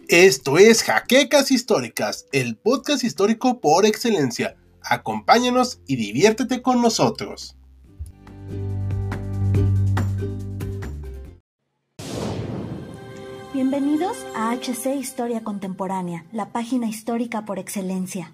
Esto es Jaquecas Históricas, el podcast histórico por excelencia. Acompáñanos y diviértete con nosotros. Bienvenidos a HC Historia Contemporánea, la página histórica por excelencia.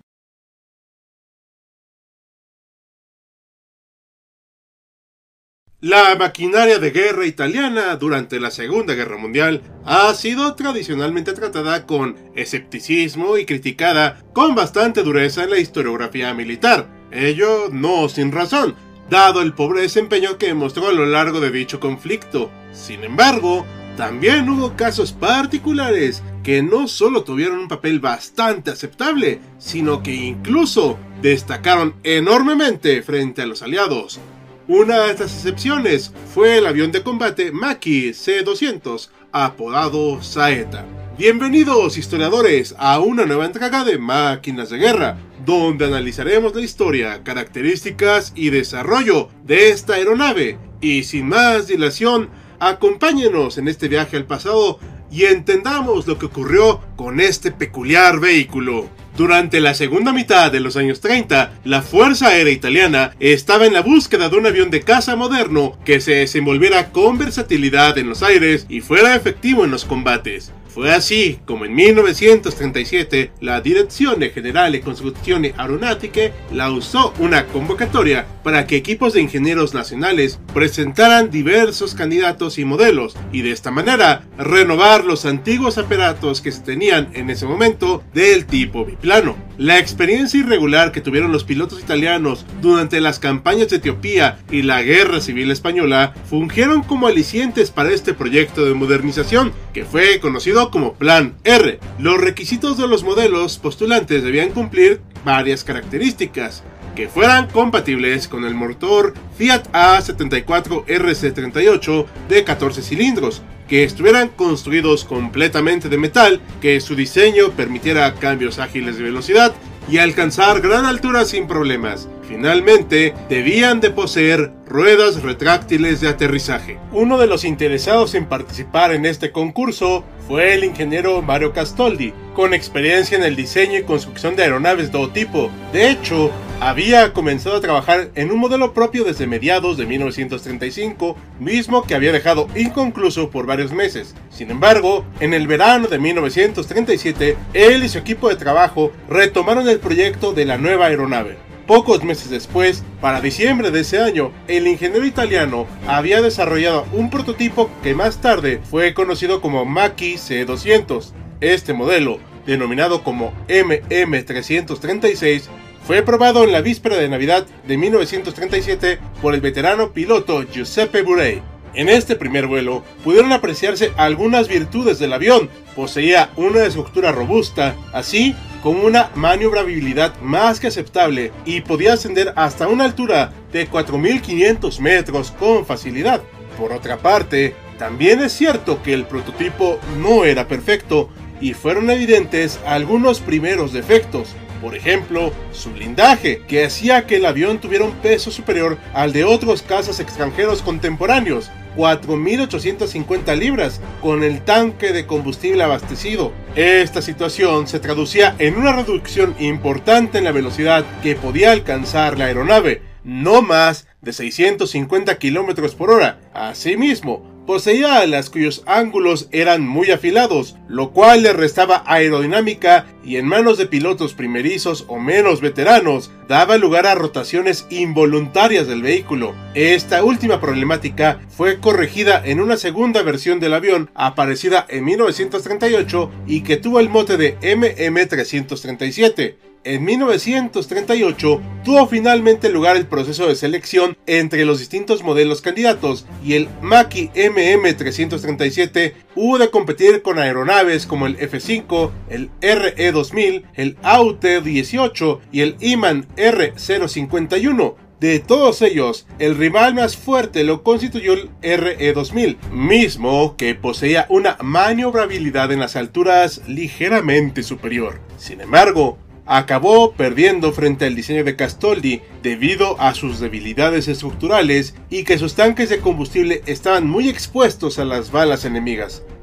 La maquinaria de guerra italiana durante la Segunda Guerra Mundial ha sido tradicionalmente tratada con escepticismo y criticada con bastante dureza en la historiografía militar. Ello no sin razón, dado el pobre desempeño que mostró a lo largo de dicho conflicto. Sin embargo, también hubo casos particulares que no solo tuvieron un papel bastante aceptable, sino que incluso destacaron enormemente frente a los aliados. Una de estas excepciones fue el avión de combate Macchi C-200, apodado Saeta. Bienvenidos, historiadores, a una nueva entrega de Máquinas de Guerra, donde analizaremos la historia, características y desarrollo de esta aeronave. Y sin más dilación, acompáñenos en este viaje al pasado y entendamos lo que ocurrió con este peculiar vehículo. Durante la segunda mitad de los años 30, la Fuerza Aérea Italiana estaba en la búsqueda de un avión de caza moderno que se desenvolviera con versatilidad en los aires y fuera efectivo en los combates. Fue así como en 1937 la Direzione Generale Costruzioni Aeronautiche lanzó una convocatoria para que equipos de ingenieros nacionales presentaran diversos candidatos y modelos, y de esta manera renovar los antiguos aparatos que se tenían en ese momento del tipo biplano. La experiencia irregular que tuvieron los pilotos italianos durante las campañas de Etiopía y la Guerra Civil Española fungieron como alicientes para este proyecto de modernización, que fue conocido como Plan R. Los requisitos de los modelos postulantes debían cumplir varias características: que fueran compatibles con el motor Fiat A74 RC38 de 14 cilindros, que estuvieran construidos completamente de metal, que su diseño permitiera cambios ágiles de velocidad y alcanzar gran altura sin problemas. Finalmente, debían de poseer ruedas retráctiles de aterrizaje. Uno de los interesados en participar en este concurso fue el ingeniero Mario Castoldi, con experiencia en el diseño y construcción de aeronaves de todo tipo. De hecho, había comenzado a trabajar en un modelo propio desde mediados de 1935, mismo que había dejado inconcluso por varios meses. Sin embargo, en el verano de 1937, él y su equipo de trabajo retomaron el proyecto de la nueva aeronave. Pocos meses después, para diciembre de ese año, el ingeniero italiano había desarrollado un prototipo que más tarde fue conocido como Macchi C-200. Este modelo, denominado como MM-336, fue probado en la víspera de Navidad de 1937 por el veterano piloto Giuseppe Burei. En este primer vuelo pudieron apreciarse algunas virtudes del avión. Poseía una estructura robusta, así como una maniobrabilidad más que aceptable, y podía ascender hasta una altura de 4.500 metros con facilidad. Por otra parte, también es cierto que el prototipo no era perfecto y fueron evidentes algunos primeros defectos. Por ejemplo, su blindaje, que hacía que el avión tuviera un peso superior al de otros cazas extranjeros contemporáneos, 4.850 libras, con el tanque de combustible abastecido. Esta situación se traducía en una reducción importante en la velocidad que podía alcanzar la aeronave, no más de 650 km por hora. Asimismo, poseía alas cuyos ángulos eran muy afilados, lo cual le restaba aerodinámica y en manos de pilotos primerizos o menos veteranos, daba lugar a rotaciones involuntarias del vehículo. Esta última problemática fue corregida en una segunda versión del avión, aparecida en 1938 y que tuvo el mote de MM-337. En 1938 tuvo finalmente lugar el proceso de selección entre los distintos modelos candidatos y el Macchi MM-337 hubo de competir con aeronaves como el F-5, el RE-2000, el AUT-18 y el Iman R-051. De todos ellos, el rival más fuerte lo constituyó el RE-2000, mismo que poseía una maniobrabilidad en las alturas ligeramente superior. Sin embargo, acabó perdiendo frente al diseño de Castoldi debido a sus debilidades estructurales y que sus tanques de combustible estaban muy expuestos a las balas enemigas.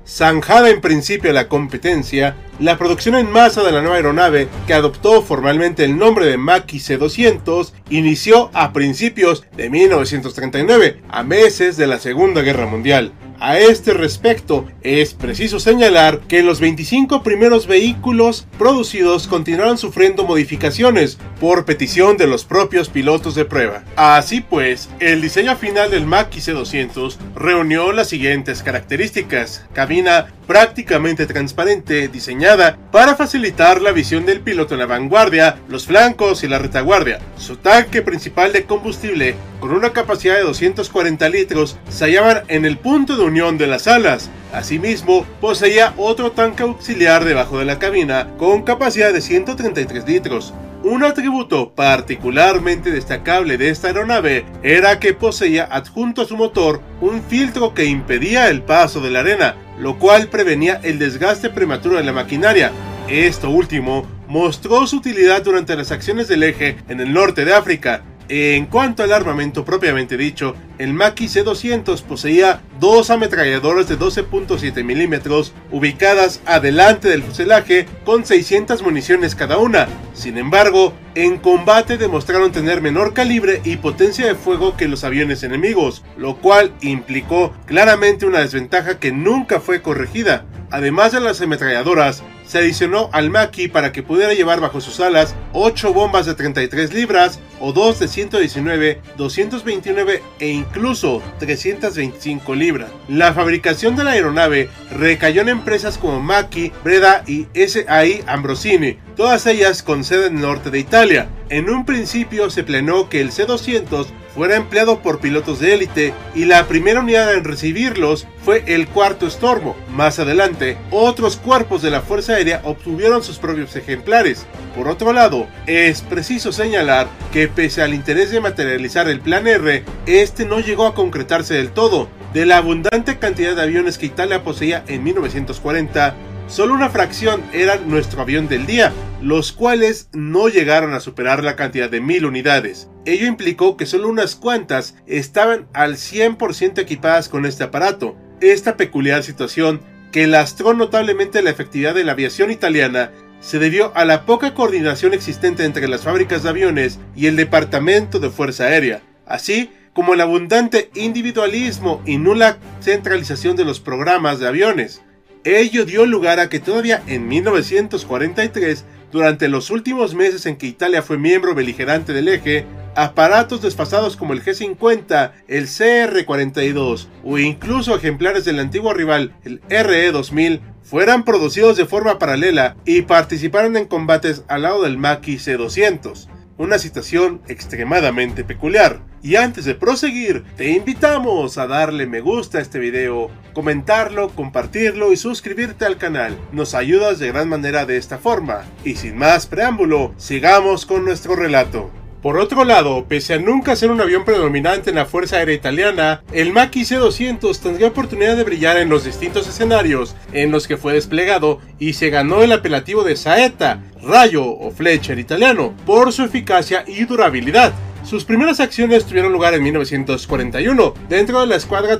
Zanjada en principio la competencia, la producción en masa de la nueva aeronave, que adoptó formalmente el nombre de Maki C-200, inició a principios de 1939, a meses de la Segunda Guerra Mundial. A este respecto, es preciso señalar que los 25 primeros vehículos producidos continuaron sufriendo modificaciones por petición de los propios pilotos de prueba. Así pues, el diseño final del Maki C-200 reunió las siguientes características: cabina prácticamente transparente, diseñada para facilitar la visión del piloto en la vanguardia, los flancos y la retaguardia. Su tanque principal de combustible, con una capacidad de 240 litros, se hallaban en el punto de unión de las alas. Asimismo, poseía otro tanque auxiliar debajo de la cabina, con capacidad de 133 litros. Un atributo particularmente destacable de esta aeronave era que poseía adjunto a su motor un filtro que impedía el paso de la arena, lo cual prevenía el desgaste prematuro de la maquinaria. Esto último mostró su utilidad durante las acciones del eje en el norte de África. En cuanto al armamento propiamente dicho, el Maki C-200 poseía dos ametralladoras de 12.7 milímetros ubicadas adelante del fuselaje con 600 municiones cada una. Sin embargo, en combate demostraron tener menor calibre y potencia de fuego que los aviones enemigos, lo cual implicó claramente una desventaja que nunca fue corregida. Además de las ametralladoras, se adicionó al Maki para que pudiera llevar bajo sus alas 8 bombas de 33 libras o 2 de 119, 229 e incluso 325 libras. La fabricación de la aeronave recayó en empresas como Maki, Breda y SAI Ambrosini, todas ellas con sede en el norte de Italia. En un principio se planeó que el C-200 fuera empleado por pilotos de élite y la primera unidad en recibirlos fue el cuarto Stormo. Más adelante, otros cuerpos de la Fuerza Aérea obtuvieron sus propios ejemplares. Por otro lado, es preciso señalar que pese al interés de materializar el Plan R, este no llegó a concretarse del todo. De la abundante cantidad de aviones que Italia poseía en 1940, solo una fracción eran nuestro avión del día, los cuales no llegaron a superar la cantidad de 1000 unidades. Ello implicó que solo unas cuantas estaban al 100% equipadas con este aparato. Esta peculiar situación, que lastró notablemente la efectividad de la aviación italiana, se debió a la poca coordinación existente entre las fábricas de aviones y el Departamento de Fuerza Aérea, así como el abundante individualismo y nula centralización de los programas de aviones. Ello dio lugar a que todavía en 1943, durante los últimos meses en que Italia fue miembro beligerante del eje, aparatos desfasados como el G-50, el CR-42 o incluso ejemplares del antiguo rival, el RE-2000, fueran producidos de forma paralela y participaran en combates al lado del Maki C-200. Una situación extremadamente peculiar. Y antes de proseguir, te invitamos a darle me gusta a este video, comentarlo, compartirlo y suscribirte al canal. Nos ayudas de gran manera de esta forma. Y sin más preámbulo, sigamos con nuestro relato. Por otro lado, pese a nunca ser un avión predominante en la Fuerza Aérea Italiana, el Maki C-200 tendría oportunidad de brillar en los distintos escenarios en los que fue desplegado y se ganó el apelativo de saeta, rayo o flecha en italiano, por su eficacia y durabilidad. Sus primeras acciones tuvieron lugar en 1941, dentro de la Escuadra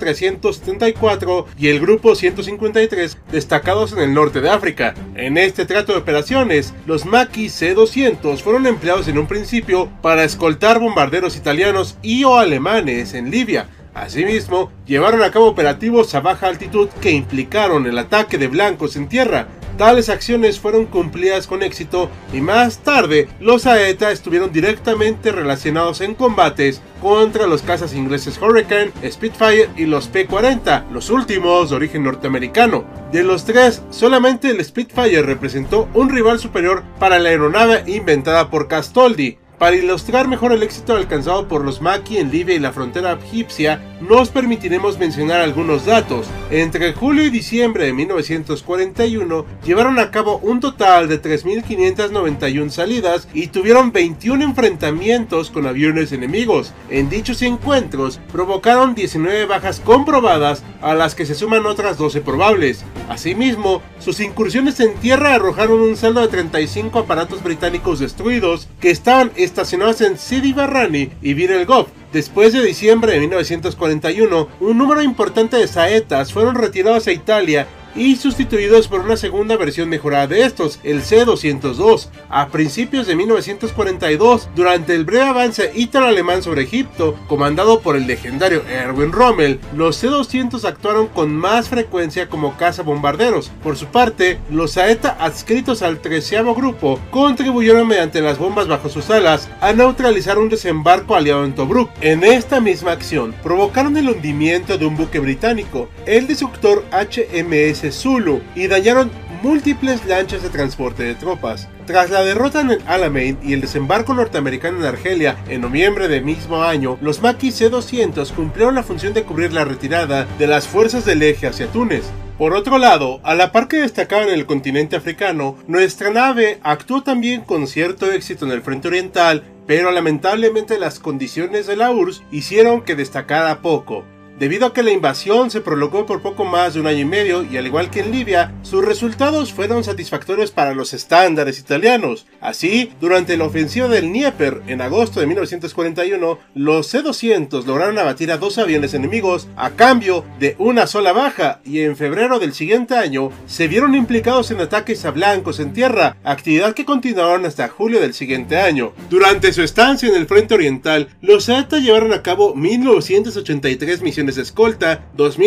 374 y el Grupo 153, destacados en el norte de África. En este trato de operaciones, los Maki C-200 fueron empleados en un principio para escoltar bombarderos italianos y o alemanes en Libia. Asimismo, llevaron a cabo operativos a baja altitud que implicaron el ataque de blancos en tierra. Tales acciones fueron cumplidas con éxito y más tarde los Saeta estuvieron directamente relacionados en combates contra los cazas ingleses Hurricane, Spitfire y los P-40, los últimos de origen norteamericano. De los tres, solamente el Spitfire representó un rival superior para la aeronave inventada por Castoldi. Para ilustrar mejor el éxito alcanzado por los Maki en Libia y la frontera egipcia, nos permitiremos mencionar algunos datos. Entre julio y diciembre de 1941, llevaron a cabo un total de 3.591 salidas y tuvieron 21 enfrentamientos con aviones enemigos. En dichos encuentros, provocaron 19 bajas comprobadas, a las que se suman otras 12 probables. Asimismo, sus incursiones en tierra arrojaron un saldo de 35 aparatos británicos destruidos que estaban estacionados en Sidi Barrani y Bir el Ghov. Después de diciembre de 1941, un número importante de saetas fueron retirados a Italia y sustituidos por una segunda versión mejorada de estos, el C-202. A principios de 1942, durante el breve avance ítalo-alemán sobre Egipto, comandado por el legendario Erwin Rommel, los C-200 actuaron con más frecuencia como cazabombarderos. Por su parte, los Saeta adscritos al 13º grupo contribuyeron mediante las bombas bajo sus alas a neutralizar un desembarco aliado en Tobruk. En esta misma acción, provocaron el hundimiento de un buque británico, el destructor HMS Zulu, y dañaron múltiples lanchas de transporte de tropas. Tras la derrota en el Alamein y el desembarco norteamericano en Argelia en noviembre del mismo año, los Maquis C-200 cumplieron la función de cubrir la retirada de las fuerzas del eje hacia Túnez. Por otro lado, a la par que destacaba en el continente africano, nuestra nave actuó también con cierto éxito en el frente oriental, pero lamentablemente las condiciones de la URSS hicieron que destacara poco. Debido a que la invasión se prolongó por poco más de un año y medio y al igual que en Libia, sus resultados fueron satisfactorios para los estándares italianos. Así, durante la ofensiva del Dnieper en agosto de 1941, los C-200 lograron abatir a 2 aviones enemigos a cambio de una sola baja, y en febrero del siguiente año se vieron implicados en ataques a blancos en tierra, actividad que continuaron hasta julio del siguiente año. Durante su estancia en el frente oriental, los Saeta llevaron a cabo 1983 misiones de escolta,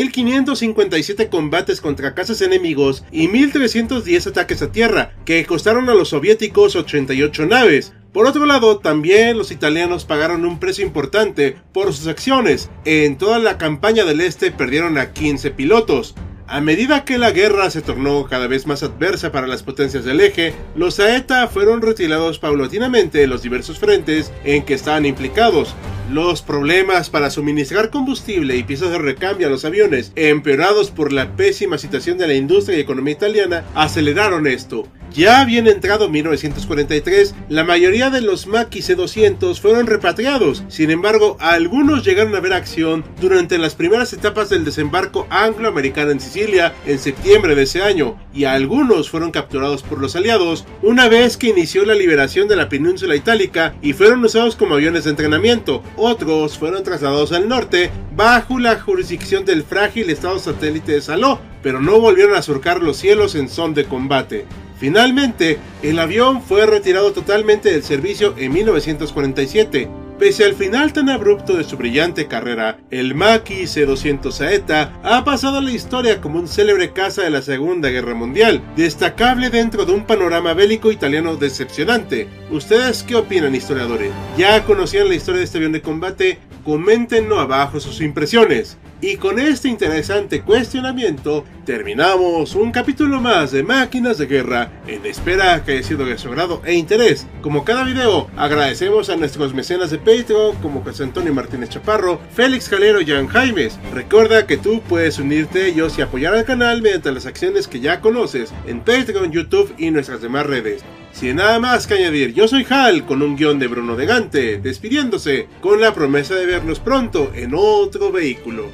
2.557 combates contra cazas enemigos y 1.310 ataques a tierra, que costaron a los soviéticos 88 naves. Por otro lado, también los italianos pagaron un precio importante por sus acciones. En toda la campaña del este perdieron a 15 pilotos. A medida que la guerra se tornó cada vez más adversa para las potencias del eje, los Saeta fueron retirados paulatinamente de los diversos frentes en que estaban implicados. Los problemas para suministrar combustible y piezas de recambio a los aviones, empeorados por la pésima situación de la industria y economía italiana, aceleraron esto. Ya bien entrado 1943, la mayoría de los Maquis C-200 fueron repatriados. Sin embargo, algunos llegaron a ver acción durante las primeras etapas del desembarco anglo-americano en Sicilia en septiembre de ese año, y algunos fueron capturados por los aliados una vez que inició la liberación de la península itálica y fueron usados como aviones de entrenamiento. Otros fueron trasladados al norte bajo la jurisdicción del frágil estado satélite de Saló, pero no volvieron a surcar los cielos en son de combate. Finalmente, el avión fue retirado totalmente del servicio en 1947. Pese al final tan abrupto de su brillante carrera, el Maquis C-200 Saeta ha pasado a la historia como un célebre caza de la Segunda Guerra Mundial, destacable dentro de un panorama bélico italiano decepcionante. ¿Ustedes qué opinan, historiadores? ¿Ya conocían la historia de este avión de combate? Coméntenos abajo sus impresiones. Y con este interesante cuestionamiento, terminamos un capítulo más de Máquinas de Guerra, en espera que haya sido de su agrado e interés. Como cada video, agradecemos a nuestros mecenas de Patreon, como José Antonio Martínez Chaparro, Félix Calero y Jan Jaimes. Recuerda que tú puedes unirte a ellos y apoyar al canal mediante las acciones que ya conoces en Patreon, YouTube y nuestras demás redes. Sin nada más que añadir, yo soy Hal, con un guión de Bruno de Gante, despidiéndose, con la promesa de verlos pronto en otro vehículo.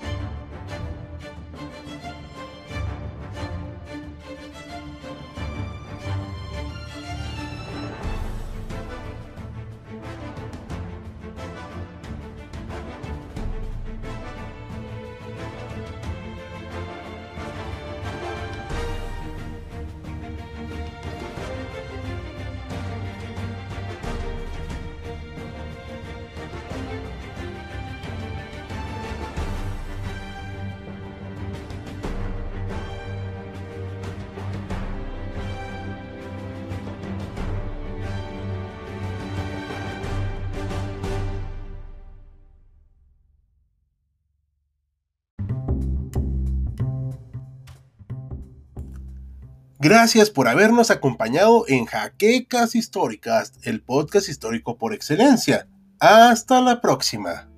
Gracias por habernos acompañado en Jaquecas Históricas, el podcast histórico por excelencia. Hasta la próxima.